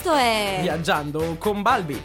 Questo è Viaggiando con Balbi.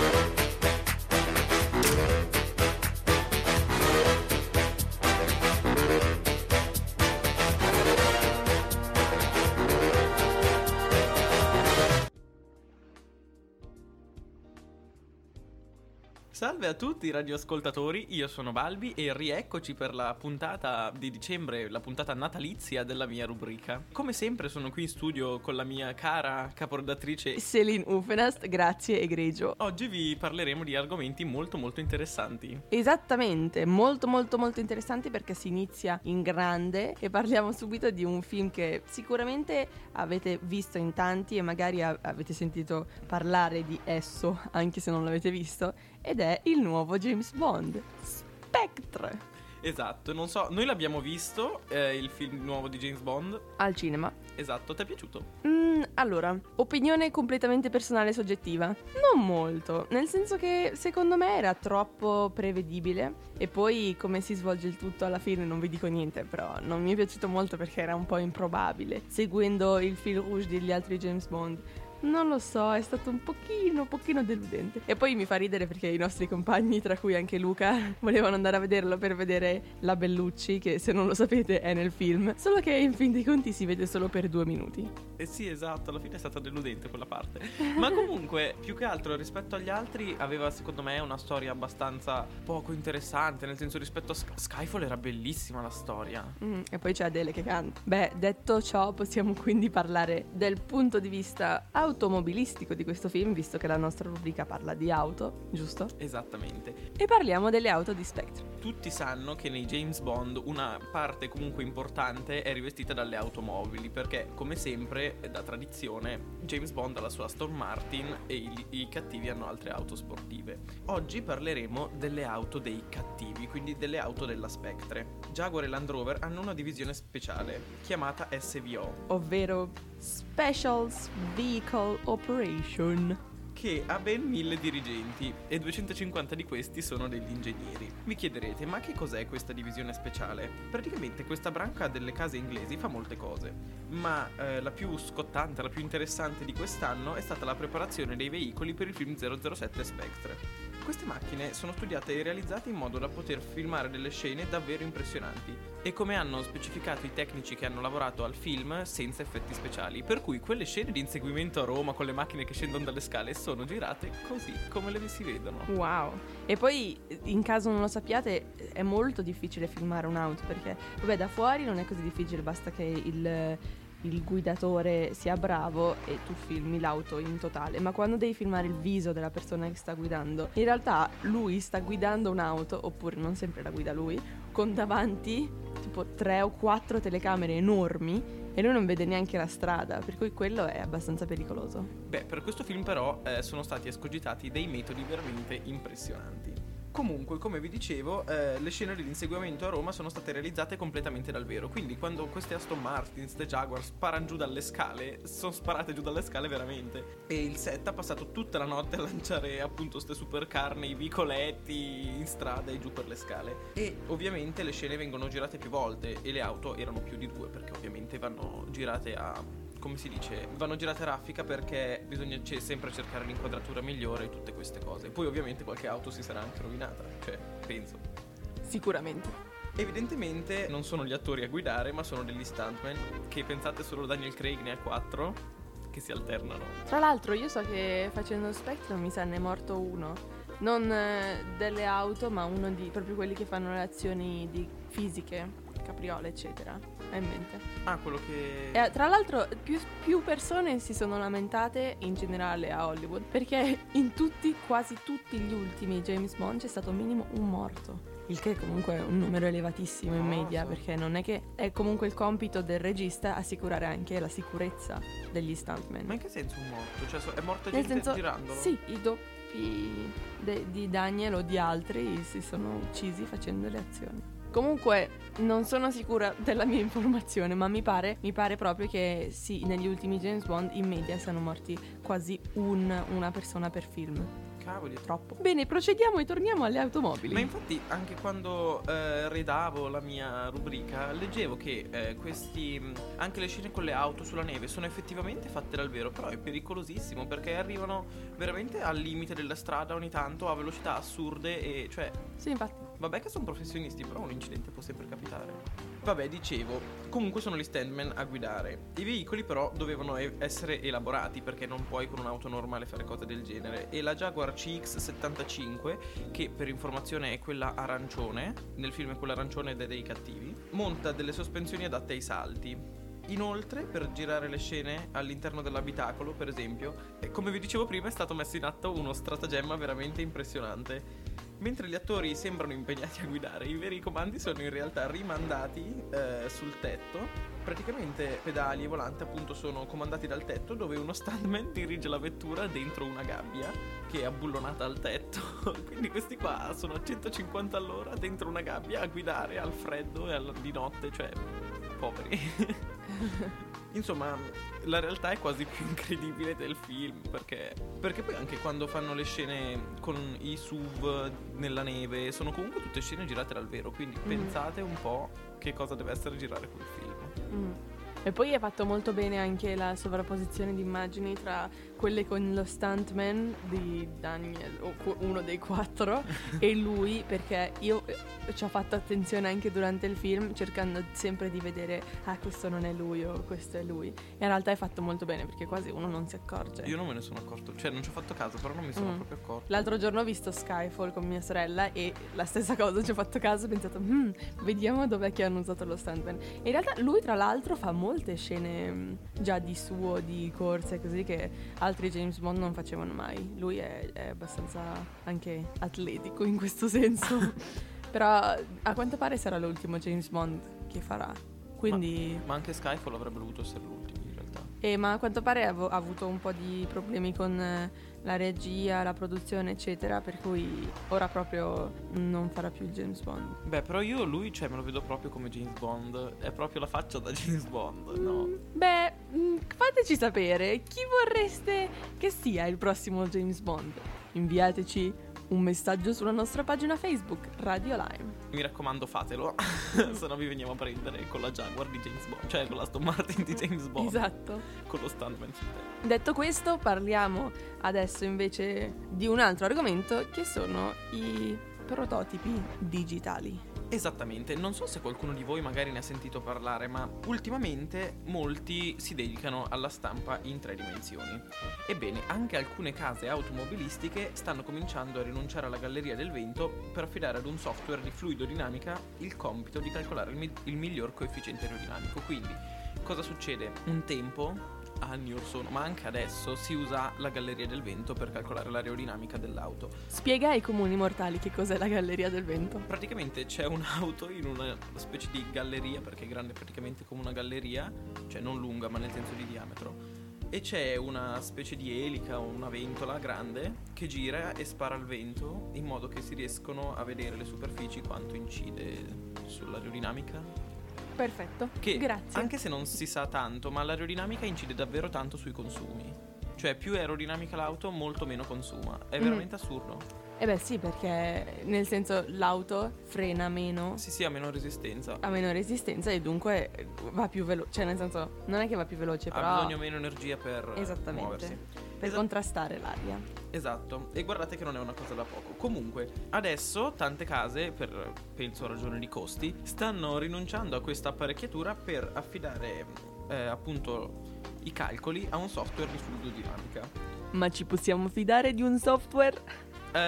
Salve a tutti i radioascoltatori, io sono Balbi e rieccoci per la puntata di dicembre, la puntata natalizia della mia rubrica. Come sempre sono qui in studio con la mia cara caporedattrice Céline Ufenast, grazie egregio. Oggi vi parleremo di argomenti molto interessanti. Esattamente, molto interessanti perché si inizia in grande e parliamo subito di un film che sicuramente avete visto in tanti e magari avete sentito parlare di esso anche se non l'avete visto, ed è il nuovo James Bond, Spectre. Esatto, non so, noi l'abbiamo visto, il film nuovo di James Bond. Al cinema. Esatto, ti è piaciuto? Allora, opinione completamente personale e soggettiva. Non molto, nel senso che secondo me era troppo prevedibile e poi come si svolge il tutto alla fine non vi dico niente, però non mi è piaciuto molto perché era un po' improbabile, seguendo il fil rouge degli altri James Bond. Non lo so, è stato un pochino deludente. E poi mi fa ridere perché i nostri compagni, tra cui anche Luca, volevano andare a vederlo per vedere la Bellucci, che se non lo sapete è nel film, solo che in fin dei conti si vede solo per 2 minuti. Sì, esatto, alla fine è stata deludente quella parte. Ma comunque, più che altro rispetto agli altri, aveva secondo me una storia abbastanza poco interessante. Nel senso, rispetto a Skyfall era bellissima la storia. E poi c'è Adele che canta. Beh, detto ciò, possiamo quindi parlare del punto di vista automobilistico di questo film, visto che la nostra rubrica parla di auto, giusto? Esattamente. E parliamo delle auto di Spectre. Tutti sanno che nei James Bond una parte comunque importante è rivestita dalle automobili, perché come sempre, da tradizione, James Bond ha la sua Aston Martin e i cattivi hanno altre auto sportive. Oggi parleremo delle auto dei cattivi, quindi delle auto della Spectre. Jaguar e Land Rover hanno una divisione speciale chiamata SVO, ovvero Special Vehicle Operation, che ha ben 1000 dirigenti e 250 di questi sono degli ingegneri. Vi chiederete, ma che cos'è questa divisione speciale? Praticamente questa branca delle case inglesi fa molte cose, ma la più scottante, la più interessante di quest'anno è stata la preparazione dei veicoli per il film 007 Spectre. Queste macchine sono studiate e realizzate in modo da poter filmare delle scene davvero impressionanti e, come hanno specificato i tecnici che hanno lavorato al film, senza effetti speciali, per cui quelle scene di inseguimento a Roma con le macchine che scendono dalle scale sono girate così come le si vedono. Wow. E poi, in caso non lo sappiate, è molto difficile filmare un'auto perché, vabbè, da fuori non è così difficile, basta che il guidatore sia bravo e tu filmi l'auto in totale. Ma quando devi filmare il viso della persona che sta guidando, in realtà lui sta guidando un'auto, oppure non sempre la guida lui, con davanti tipo 3 o 4 telecamere enormi e lui non vede neanche la strada, per cui quello è abbastanza pericoloso. Beh, per questo film però sono stati escogitati dei metodi veramente impressionanti. Comunque, come vi dicevo, le scene dell'inseguimento a Roma sono state realizzate completamente dal vero. Quindi quando queste Aston Martin, queste Jaguar sparano giù dalle scale, sono sparate giù dalle scale veramente. E il set ha passato tutta la notte a lanciare appunto ste supercar nei vicoletti, in strada e giù per le scale. E ovviamente le scene vengono girate più volte e le auto erano più di 2, perché ovviamente vanno girate vanno girate a raffica, perché bisogna sempre cercare l'inquadratura migliore e tutte queste cose. Poi ovviamente qualche auto si sarà anche rovinata, penso. Sicuramente. Evidentemente non sono gli attori a guidare, ma sono degli stuntman, che pensate solo Daniel Craig ne ha 4, che si alternano. Tra l'altro io so che facendo Spectre mi sa ne è morto uno. Non delle auto, ma uno di proprio quelli che fanno le azioni di fisiche, capriole eccetera. Hai in mente? Ah, quello che... Tra l'altro più persone si sono lamentate in generale a Hollywood perché in quasi tutti gli ultimi James Bond c'è stato minimo un morto, il che comunque è un numero elevatissimo in media, perché non è che è comunque il compito del regista assicurare anche la sicurezza degli stuntmen. Ma in che senso un morto? Cioè è morta Nel gente senso, girandolo? sì, i doppi di Daniel o di altri si sono uccisi facendo le azioni. Comunque non sono sicura della mia informazione, ma mi pare proprio che sì, negli ultimi James Bond in media siano morti quasi una persona per film. Cavoli, è Troppo. Bene, procediamo e torniamo alle automobili. Ma infatti anche quando redavo la mia rubrica leggevo che anche le scene con le auto sulla neve sono effettivamente fatte dal vero, però è pericolosissimo perché arrivano veramente al limite della strada ogni tanto a velocità assurde e cioè... Sì, infatti. Vabbè che sono professionisti, però un incidente può sempre capitare. Vabbè, dicevo, comunque sono gli stuntman a guidare. I veicoli però dovevano essere elaborati perché non puoi con un'auto normale fare cose del genere. E la Jaguar CX-75, che per informazione è quella arancione, nel film è quella arancione ed è dei cattivi, monta delle sospensioni adatte ai salti. Inoltre, per girare le scene all'interno dell'abitacolo, per esempio, come vi dicevo prima, è stato messo in atto uno stratagemma veramente impressionante. Mentre gli attori sembrano impegnati a guidare, i veri comandi sono in realtà rimandati sul tetto. Praticamente pedali e volante appunto sono comandati dal tetto, dove uno stuntman dirige la vettura dentro una gabbia che è abbullonata al tetto. Quindi questi qua sono a 150 all'ora dentro una gabbia a guidare al freddo e di notte, cioè poveri. Insomma, la realtà è quasi più incredibile del film perché poi anche quando fanno le scene con i SUV nella neve sono comunque tutte scene girate dal vero, quindi pensate un po' che cosa deve essere girare quel film. E poi è fatto molto bene anche la sovrapposizione di immagini tra quelle con lo stuntman di Daniel, o uno dei 4, e lui, perché io ci ho fatto attenzione anche durante il film cercando sempre di vedere questo non è lui o questo è lui. In realtà è fatto molto bene perché quasi uno non si accorge. Io non me ne sono accorto, cioè non ci ho fatto caso, però non mi sono proprio accorto. L'altro giorno ho visto Skyfall con mia sorella e la stessa cosa, ci ho fatto caso e ho pensato vediamo dov'è che hanno usato lo stuntman. E in realtà lui tra l'altro fa molte scene già di suo, di corse così, che altri James Bond non facevano mai. Lui è abbastanza anche atletico in questo senso. Però a quanto pare sarà l'ultimo James Bond che farà. Quindi ma anche Skyfall avrebbe dovuto essere l'ultimo in realtà. Ma a quanto pare ha avuto un po' di problemi con la regia, la produzione eccetera, per cui ora proprio non farà più il James Bond. Beh, però io lui, cioè, me lo vedo proprio come James Bond. È proprio la faccia da James Bond, no? Beh, fateci sapere chi vorreste che sia il prossimo James Bond. Inviateci un messaggio sulla nostra pagina Facebook Radio Lime. Mi raccomando, fatelo, se no vi veniamo a prendere con la Jaguar di James Bond, cioè con la Aston Martin di James Bond. Esatto. Con lo stuntman sul tetto. Detto questo, parliamo adesso invece di un altro argomento, che sono i prototipi digitali. Esattamente, non so se qualcuno di voi magari ne ha sentito parlare, ma ultimamente molti si dedicano alla stampa in 3 dimensioni. Ebbene, anche alcune case automobilistiche stanno cominciando a rinunciare alla galleria del vento per affidare ad un software di fluidodinamica il compito di calcolare il miglior coefficiente aerodinamico. Quindi, cosa succede? Un tempo, anni or sono, ma anche adesso si usa la galleria del vento per calcolare l'aerodinamica dell'auto. Spiega ai comuni mortali che cos'è la galleria del vento. Praticamente c'è un'auto in una specie di galleria, perché è grande praticamente come una galleria, cioè non lunga ma nel senso di diametro, e c'è una specie di elica o una ventola grande che gira e spara il vento in modo che si riescono a vedere le superfici, quanto incide sull'aerodinamica. Perfetto, Che, grazie. anche se non si sa tanto, ma l'aerodinamica incide davvero tanto sui consumi. Cioè più è aerodinamica l'auto, molto meno consuma. È veramente assurdo. Eh beh sì, perché nel senso l'auto frena meno. Sì, ha meno resistenza. Ha meno resistenza e dunque va più veloce. Cioè nel senso, non è che va più veloce, però Ha bisogno meno energia per esattamente muoversi. per contrastare l'aria. Esatto, e guardate che non è una cosa da poco. Comunque, adesso tante case, per penso ragione di costi, stanno rinunciando a questa apparecchiatura per affidare appunto i calcoli a un software di fluidodinamica. Ma ci possiamo fidare di un software?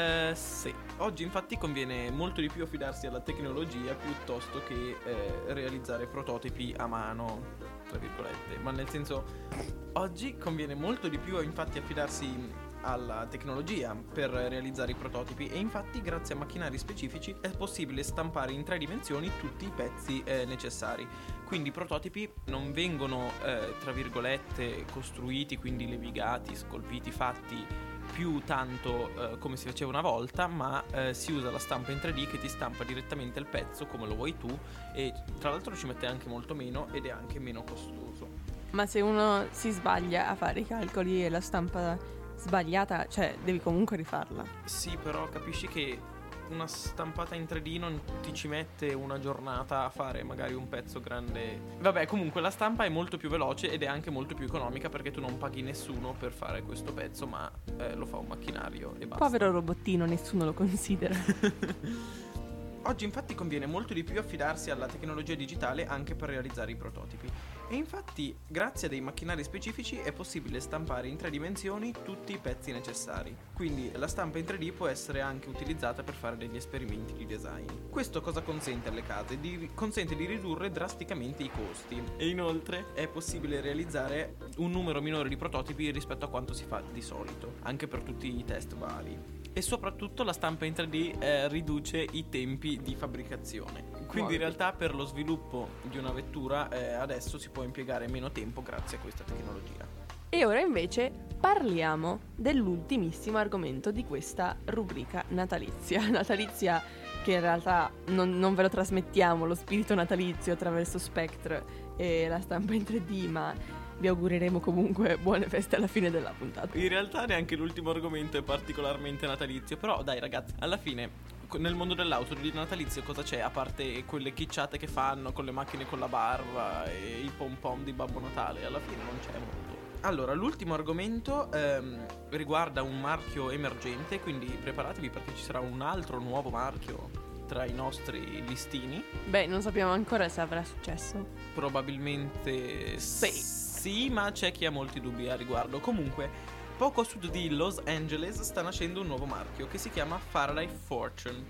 Sì. Oggi infatti conviene molto di più affidarsi alla tecnologia piuttosto che realizzare prototipi a mano, tra virgolette. Ma nel senso, oggi conviene molto di più infatti affidarsi alla tecnologia per realizzare i prototipi, e infatti grazie a macchinari specifici è possibile stampare in 3 dimensioni tutti i pezzi necessari. Quindi i prototipi non vengono tra virgolette costruiti, quindi levigati, scolpiti, fatti più tanto come si faceva una volta, ma si usa la stampa in 3D che ti stampa direttamente il pezzo come lo vuoi tu, e tra l'altro ci mette anche molto meno ed è anche meno costoso. Ma se uno si sbaglia a fare i calcoli e la stampa sbagliata, cioè devi comunque rifarla. Sì, però capisci che una stampata in 3D non ti ci mette una giornata a fare magari un pezzo grande. Vabbè, comunque la stampa è molto più veloce ed è anche molto più economica, perché tu non paghi nessuno per fare questo pezzo, ma lo fa un macchinario e basta. Povero robottino, nessuno lo considera. Oggi infatti conviene molto di più affidarsi alla tecnologia digitale anche per realizzare i prototipi. E infatti, grazie a dei macchinari specifici è possibile stampare in 3 dimensioni tutti i pezzi necessari. Quindi la stampa in 3D può essere anche utilizzata per fare degli esperimenti di design. Questo cosa consente alle case? Consente di ridurre drasticamente i costi. E inoltre è possibile realizzare un numero minore di prototipi rispetto a quanto si fa di solito, anche per tutti i test vari. E soprattutto la stampa in 3D riduce i tempi di fabbricazione. Quindi in realtà per lo sviluppo di una vettura adesso si può impiegare meno tempo grazie a questa tecnologia. E ora invece parliamo dell'ultimissimo argomento di questa rubrica natalizia. Natalizia che in realtà non ve lo trasmettiamo, lo spirito natalizio, attraverso Spectre e la stampa in 3D, ma vi augureremo comunque buone feste alla fine della puntata. In realtà neanche l'ultimo argomento è particolarmente natalizio, però dai ragazzi, alla fine nel mondo dell'auto di natalizio cosa c'è? A parte quelle chicciate che fanno con le macchine con la barba e i pom pom di Babbo Natale, alla fine non c'è molto. Allora, l'ultimo argomento riguarda un marchio emergente, quindi preparatevi perché ci sarà un altro nuovo marchio tra i nostri listini. Beh, non sappiamo ancora se avrà successo. Probabilmente sì, ma c'è chi ha molti dubbi a riguardo. Comunque, poco a sud di Los Angeles sta nascendo un nuovo marchio che si chiama Faraday Fortune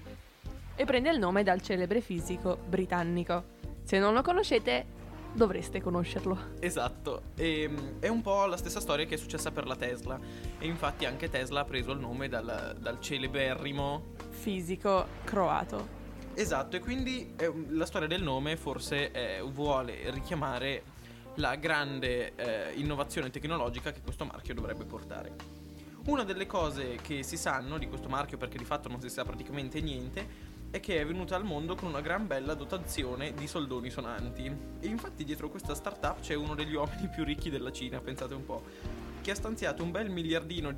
e prende il nome dal celebre fisico britannico. Se non lo conoscete, dovreste conoscerlo. Esatto, e è un po' la stessa storia che è successa per la Tesla. E infatti anche Tesla ha preso il nome dal celeberrimo fisico croato. Esatto, e quindi la storia del nome forse vuole richiamare la grande innovazione tecnologica che questo marchio dovrebbe portare. Una delle cose che si sanno di questo marchio, perché di fatto non si sa praticamente niente, è che è venuta al mondo con una gran bella dotazione di soldoni sonanti. E infatti dietro questa startup c'è uno degli uomini più ricchi della Cina, pensate un po', che ha stanziato $1 miliardino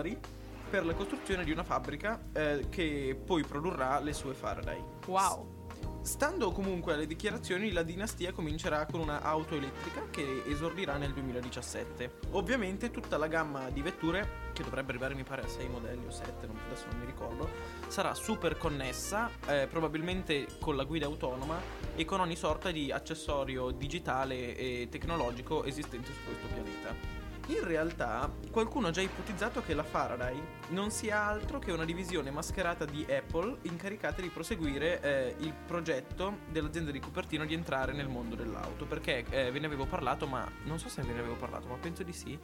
per la costruzione di una fabbrica che poi produrrà le sue Faraday. Wow! Stando comunque alle dichiarazioni, la dinastia comincerà con una auto elettrica che esordirà nel 2017. Ovviamente tutta la gamma di vetture, che dovrebbe arrivare mi pare a 6 modelli o 7, adesso non mi ricordo, sarà super connessa, probabilmente con la guida autonoma e con ogni sorta di accessorio digitale e tecnologico esistente su questo pianeta. In realtà, qualcuno ha già ipotizzato che la Faraday non sia altro che una divisione mascherata di Apple incaricata di proseguire il progetto dell'azienda di Cupertino di entrare nel mondo dell'auto. Perché ve ne avevo parlato, ma non so se ve ne avevo parlato, ma penso di sì.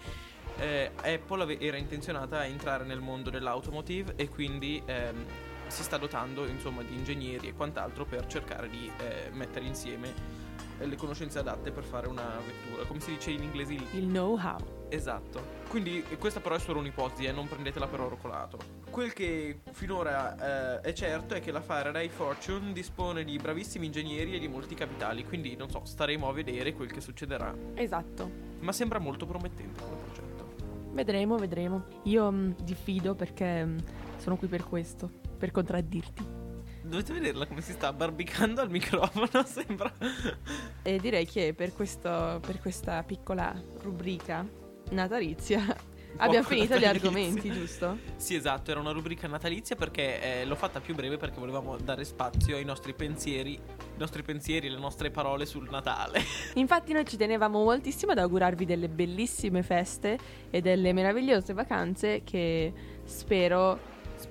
Apple era intenzionata a entrare nel mondo dell'automotive e quindi si sta dotando insomma di ingegneri e quant'altro per cercare di mettere insieme le conoscenze adatte per fare una vettura, come si dice in inglese, il know-how. Esatto. Quindi questa però è solo un'ipotesi, non prendetela per oro colato. Quel che finora è certo è che la Faraday Fortune dispone di bravissimi ingegneri e di molti capitali, quindi non so, staremo a vedere quel che succederà. Esatto. Ma sembra molto promettente come progetto. Vedremo. Io diffido perché sono qui per questo, per contraddirti. Dovete vederla come si sta abbarbicando al microfono, sembra. E direi che per questa piccola rubrica natalizia abbiamo finito gli argomenti, giusto? Sì, esatto, era una rubrica natalizia perché l'ho fatta più breve perché volevamo dare spazio ai nostri pensieri, le nostre parole sul Natale. Infatti noi ci tenevamo moltissimo ad augurarvi delle bellissime feste e delle meravigliose vacanze che spero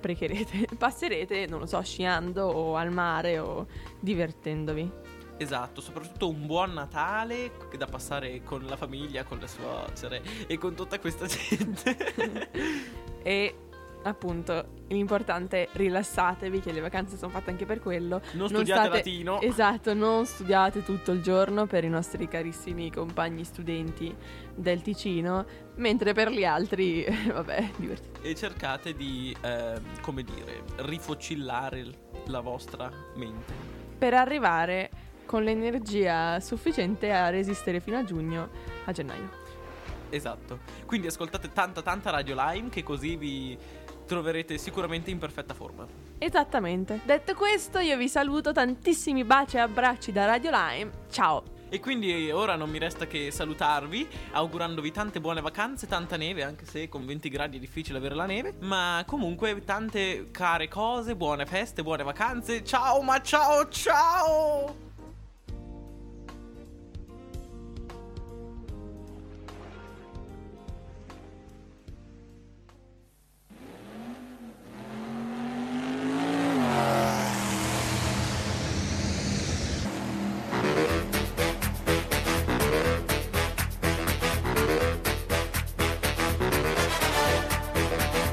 passerete, non lo so, sciando o al mare o divertendovi. Esatto, soprattutto un buon Natale da passare con la famiglia, con le suocere e con tutta questa gente. E appunto, l'importante è rilassatevi, che le vacanze sono fatte anche per quello. Non studiate latino. Esatto, non studiate tutto il giorno per i nostri carissimi compagni studenti del Ticino, mentre per gli altri, vabbè, divertitevi. E cercate di, come dire, rifocillare la vostra mente. Per arrivare con l'energia sufficiente a resistere fino a giugno, a gennaio. Esatto. Quindi ascoltate tanta Radio Lime, che così vi troverete sicuramente in perfetta forma. Esattamente. Detto questo, io vi saluto, tantissimi baci e abbracci da Radio Lime. Ciao. E quindi ora non mi resta che salutarvi, augurandovi tante buone vacanze, tanta neve, anche se con 20 gradi è difficile avere la neve. Ma comunque tante care cose, buone feste, buone vacanze. Ciao, ma ciao!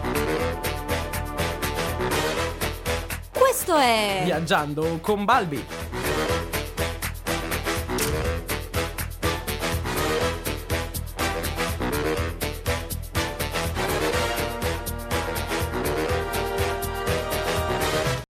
Questo è Viaggiando con Balbi.